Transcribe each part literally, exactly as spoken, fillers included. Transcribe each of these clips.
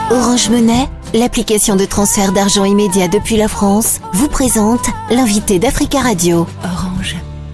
Orange Money, l'application de transfert d'argent immédiat depuis la France, vous présente l'invité d'Africa Radio. Orange.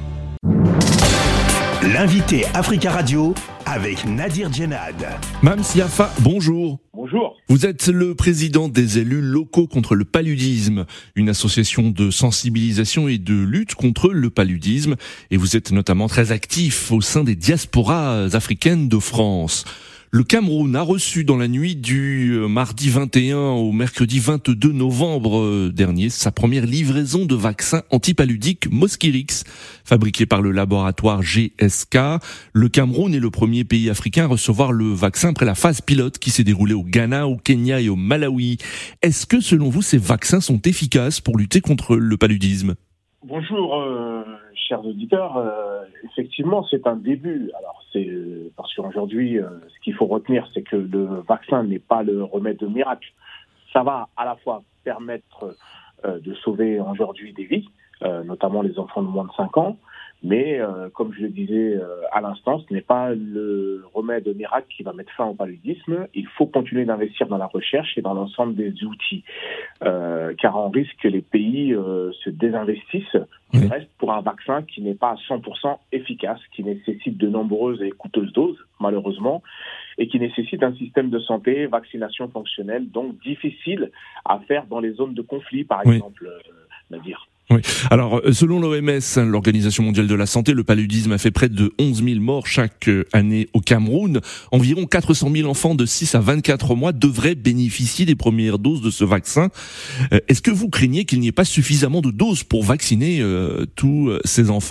L'invité Africa Radio avec Nadir Djenad. Mame Siafa, bonjour. Bonjour. Vous êtes le président des élus locaux contre le paludisme, une association de sensibilisation et de lutte contre le paludisme. Et vous êtes notamment très actif au sein des diasporas africaines de France. Le Cameroun a reçu dans la nuit du mardi vingt et un au mercredi vingt-deux novembre dernier sa première livraison de vaccins antipaludiques Mosquirix, fabriqué par le laboratoire G S K. Le Cameroun est le premier pays africain à recevoir le vaccin après la phase pilote qui s'est déroulée au Ghana, au Kenya et au Malawi. Est-ce que selon vous ces vaccins sont efficaces pour lutter contre le paludisme ? Bonjour, euh, chers auditeurs. Euh, effectivement, c'est un début. Alors, c'est parce qu'aujourd'hui, euh, ce qu'il faut retenir, c'est que le vaccin n'est pas le remède miracle. Ça va à la fois permettre euh, de sauver aujourd'hui des vies, euh, notamment les enfants de moins de cinq ans, mais euh, comme je le disais euh, à l'instant, ce n'est pas le remède miracle qui va mettre fin au paludisme. Il faut continuer d'investir dans la recherche et dans l'ensemble des outils, euh, car on risque que les pays euh, se désinvestissent Oui. reste pour un vaccin qui n'est pas à cent pour cent efficace, qui nécessite de nombreuses et coûteuses doses, malheureusement, et qui nécessite un système de santé, vaccination fonctionnelle, donc difficile à faire dans les zones de conflit, par Oui. exemple, euh, Nadir. Oui. Alors, selon l'O M S, l'Organisation mondiale de la santé, le paludisme a fait près de onze mille morts chaque année au Cameroun. Environ quatre cent mille enfants de six à vingt-quatre mois devraient bénéficier des premières doses de ce vaccin. Est-ce que vous craignez qu'il n'y ait pas suffisamment de doses pour vacciner euh, tous ces enfants ?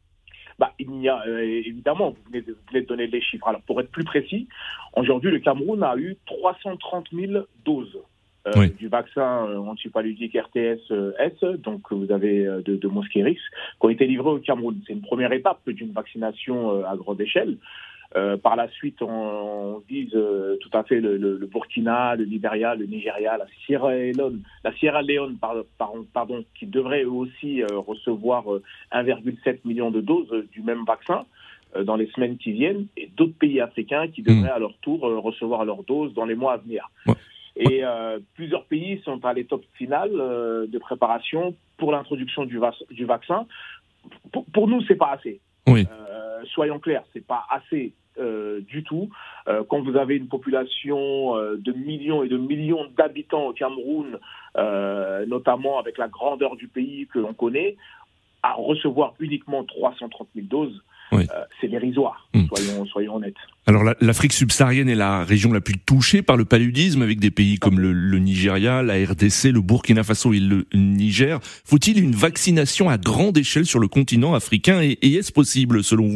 Bah, il y a, euh, évidemment, vous venez, de, vous venez de donner les chiffres. Alors, pour être plus précis, aujourd'hui, le Cameroun a eu trois cent trente mille doses. Euh, Oui. du vaccin euh, antipaludique R T S S, donc vous avez euh, de, de Mosquirix, qui ont été livrés au Cameroun. C'est une première étape d'une vaccination euh, à grande échelle. Euh, par la suite, on, on vise euh, tout à fait le, le, le Burkina, le Libéria, le Nigeria, la Sierra Leone, la Sierra Leone par, par, pardon, qui devraient eux aussi euh, recevoir euh, un virgule sept million de doses euh, du même vaccin euh, dans les semaines qui viennent, et d'autres pays africains qui devraient mmh. à leur tour euh, recevoir leurs doses dans les mois à venir. Ouais. Et euh, plusieurs pays sont à l'étape finale euh, de préparation pour l'introduction du, va- du vaccin. Pour, pour nous, c'est pas assez. Oui. Euh, soyons clairs, c'est pas assez euh, du tout. Euh, quand vous avez une population euh, de millions et de millions d'habitants au Cameroun, euh, notamment avec la grandeur du pays que l'on connaît, à recevoir uniquement trois cent trente mille doses, oui. euh, c'est dérisoire, mmh. soyons, soyons honnêtes. Alors la, l'Afrique subsaharienne est la région la plus touchée par le paludisme, avec des pays comme le, le Nigeria, la R D C, le Burkina Faso et le Niger. Faut-il une vaccination à grande échelle sur le continent africain et, et est-ce possible selon vous ?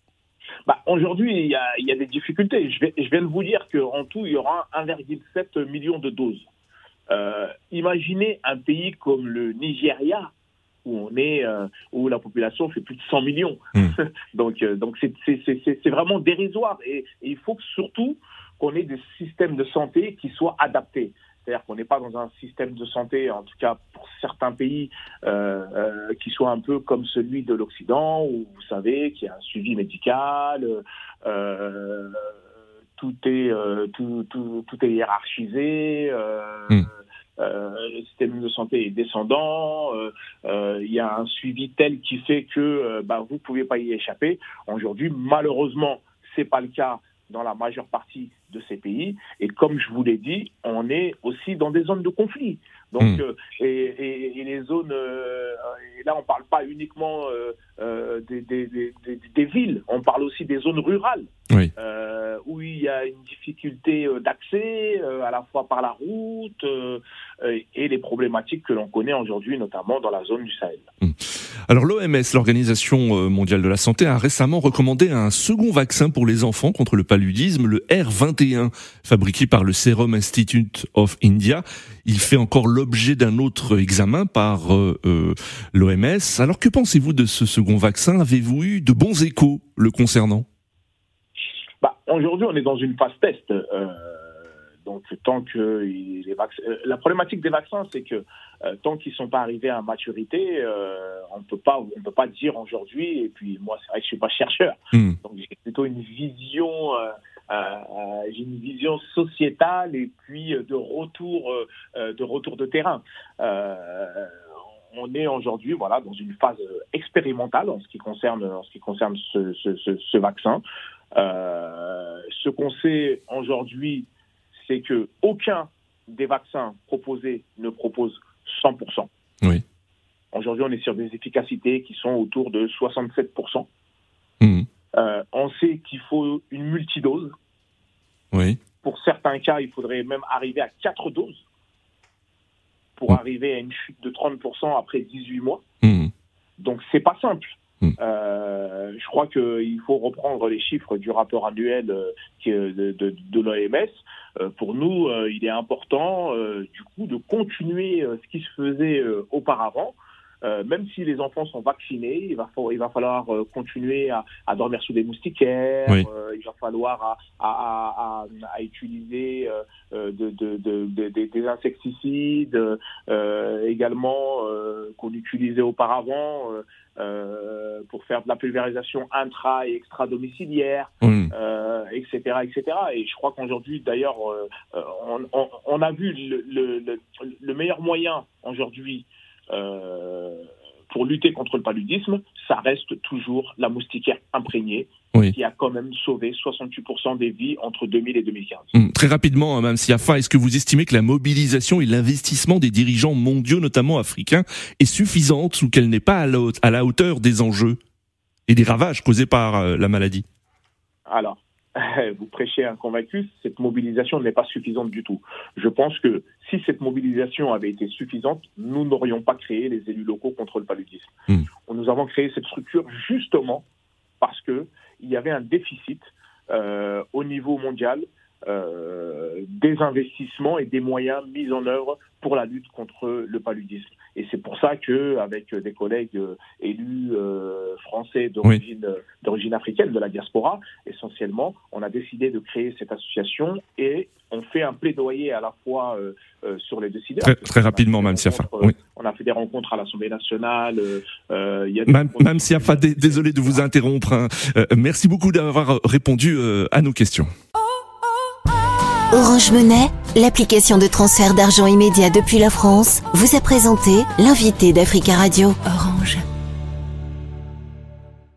Bah, aujourd'hui, il y a, il y a des difficultés. Je, vais, je viens de vous dire qu'en tout, il y aura un virgule sept million de doses. Euh, imaginez un pays comme le Nigeria, où on est, euh, où la population fait plus de cent millions. Mmh. donc, euh, donc c'est, c'est, c'est, c'est vraiment dérisoire. Et, et il faut que, surtout qu'on ait des systèmes de santé qui soient adaptés. C'est-à-dire qu'on n'est pas dans un système de santé, en tout cas pour certains pays, euh, euh, qui soit un peu comme celui de l'Occident, où vous savez qu'il y a un suivi médical, euh, tout est, euh, tout, tout, tout est hiérarchisé. Euh, mmh. Euh, le système de santé est descendant, il euh, euh, y a un suivi tel qui fait que euh, bah, vous ne pouvez pas y échapper. Aujourd'hui, malheureusement, ce n'est pas le cas dans la majeure partie de ces pays. Et comme je vous l'ai dit, on est aussi dans des zones de conflit. Donc, mmh. euh, et, et, et les zones, euh, et là on ne parle pas uniquement euh, euh, des, des, des, des villes, on parle aussi des zones rurales, oui. euh, où il y a une difficulté d'accès, euh, à la fois par la route, euh, et les problématiques que l'on connaît aujourd'hui, notamment dans la zone du Sahel. Mmh. Alors l'O M S, l'Organisation mondiale de la santé, a récemment recommandé un second vaccin pour les enfants contre le paludisme, le R vingt et un, fabriqué par le Serum Institute of India. Il fait encore l'objet d'un autre examen par euh, euh, l'O M S. Alors que pensez-vous de ce second vaccin ? Avez-vous eu de bons échos le concernant ? Bah, aujourd'hui, on est dans une phase test. Euh, donc, tant que les vaccins, la problématique des vaccins, c'est que euh, tant qu'ils ne sont pas arrivés à maturité, euh, on peut pas, on peut pas dire aujourd'hui. Et puis, moi, c'est vrai que je suis pas chercheur, mmh. donc j'ai plutôt une vision euh, euh, j'ai une vision sociétale et puis de retour, euh, de retour de terrain. Euh, on est aujourd'hui, voilà, dans une phase expérimentale en ce qui concerne, en ce qui concerne ce, ce, ce, ce vaccin. Euh, ce qu'on sait aujourd'hui, c'est que aucun des vaccins proposés ne propose cent pour cent. Oui. Aujourd'hui, on est sur des efficacités qui sont autour de soixante-sept pour cent. Mmh. Euh, on sait qu'il faut une multidose. Oui. Pour certains cas, il faudrait même arriver à quatre doses pour mmh. arriver à une chute de trente pour cent après dix-huit mois. Mmh. Donc, c'est pas simple. Mmh. Euh, je crois qu'il faut reprendre les chiffres du rapport annuel euh, de, de, de l'O M S. Euh, pour nous, euh, il est important, euh, du coup, de continuer euh, ce qui se faisait euh, auparavant. Euh, même si les enfants sont vaccinés, il va, fa- il va falloir euh, continuer à, à dormir sous des moustiquaires, oui. euh, il va falloir à, à, à, à, à utiliser euh, de, de, de, de, de, des insecticides, euh, également euh, qu'on utilisait auparavant euh, euh, pour faire de la pulvérisation intra- et extra-domiciliaire, mmh. euh, et cetera, et cetera. Et je crois qu'aujourd'hui, d'ailleurs, euh, on, on, on a vu le, le, le, le meilleur moyen aujourd'hui Euh, pour lutter contre le paludisme, ça reste toujours la moustiquaire imprégnée, oui. qui a quand même sauvé soixante-huit pour cent des vies entre deux mille et deux mille quinze. Mmh, très rapidement, Mme Siafa, est-ce que vous estimez que la mobilisation et l'investissement des dirigeants mondiaux, notamment africains, est suffisante ou qu'elle n'est pas à la hauteur des enjeux et des ravages causés par euh, la maladie ? Alors, vous prêchez un convaincu, cette mobilisation n'est pas suffisante du tout. Je pense que si cette mobilisation avait été suffisante, nous n'aurions pas créé les élus locaux contre le paludisme. Mmh. Nous avons créé cette structure justement parce qu'il y avait un déficit euh, au niveau mondial euh, des investissements et des moyens mis en œuvre pour la lutte contre le paludisme. Et c'est pour ça qu'avec des collègues euh, élus euh, français d'origine, oui. d'origine africaine, de la diaspora, essentiellement, on a décidé de créer cette association et on fait un plaidoyer à la fois euh, euh, sur les décideurs. Très, très rapidement, Mme Siafa. Euh, oui. On a fait des rencontres à l'Assemblée nationale. Euh, il y a Mme Siafa, d- désolé de vous interrompre. Hein. Euh, merci beaucoup d'avoir répondu euh, à nos questions. Orange Money, l'application de transfert d'argent immédiat depuis la France, vous a présenté l'invité d'Africa Radio. Orange.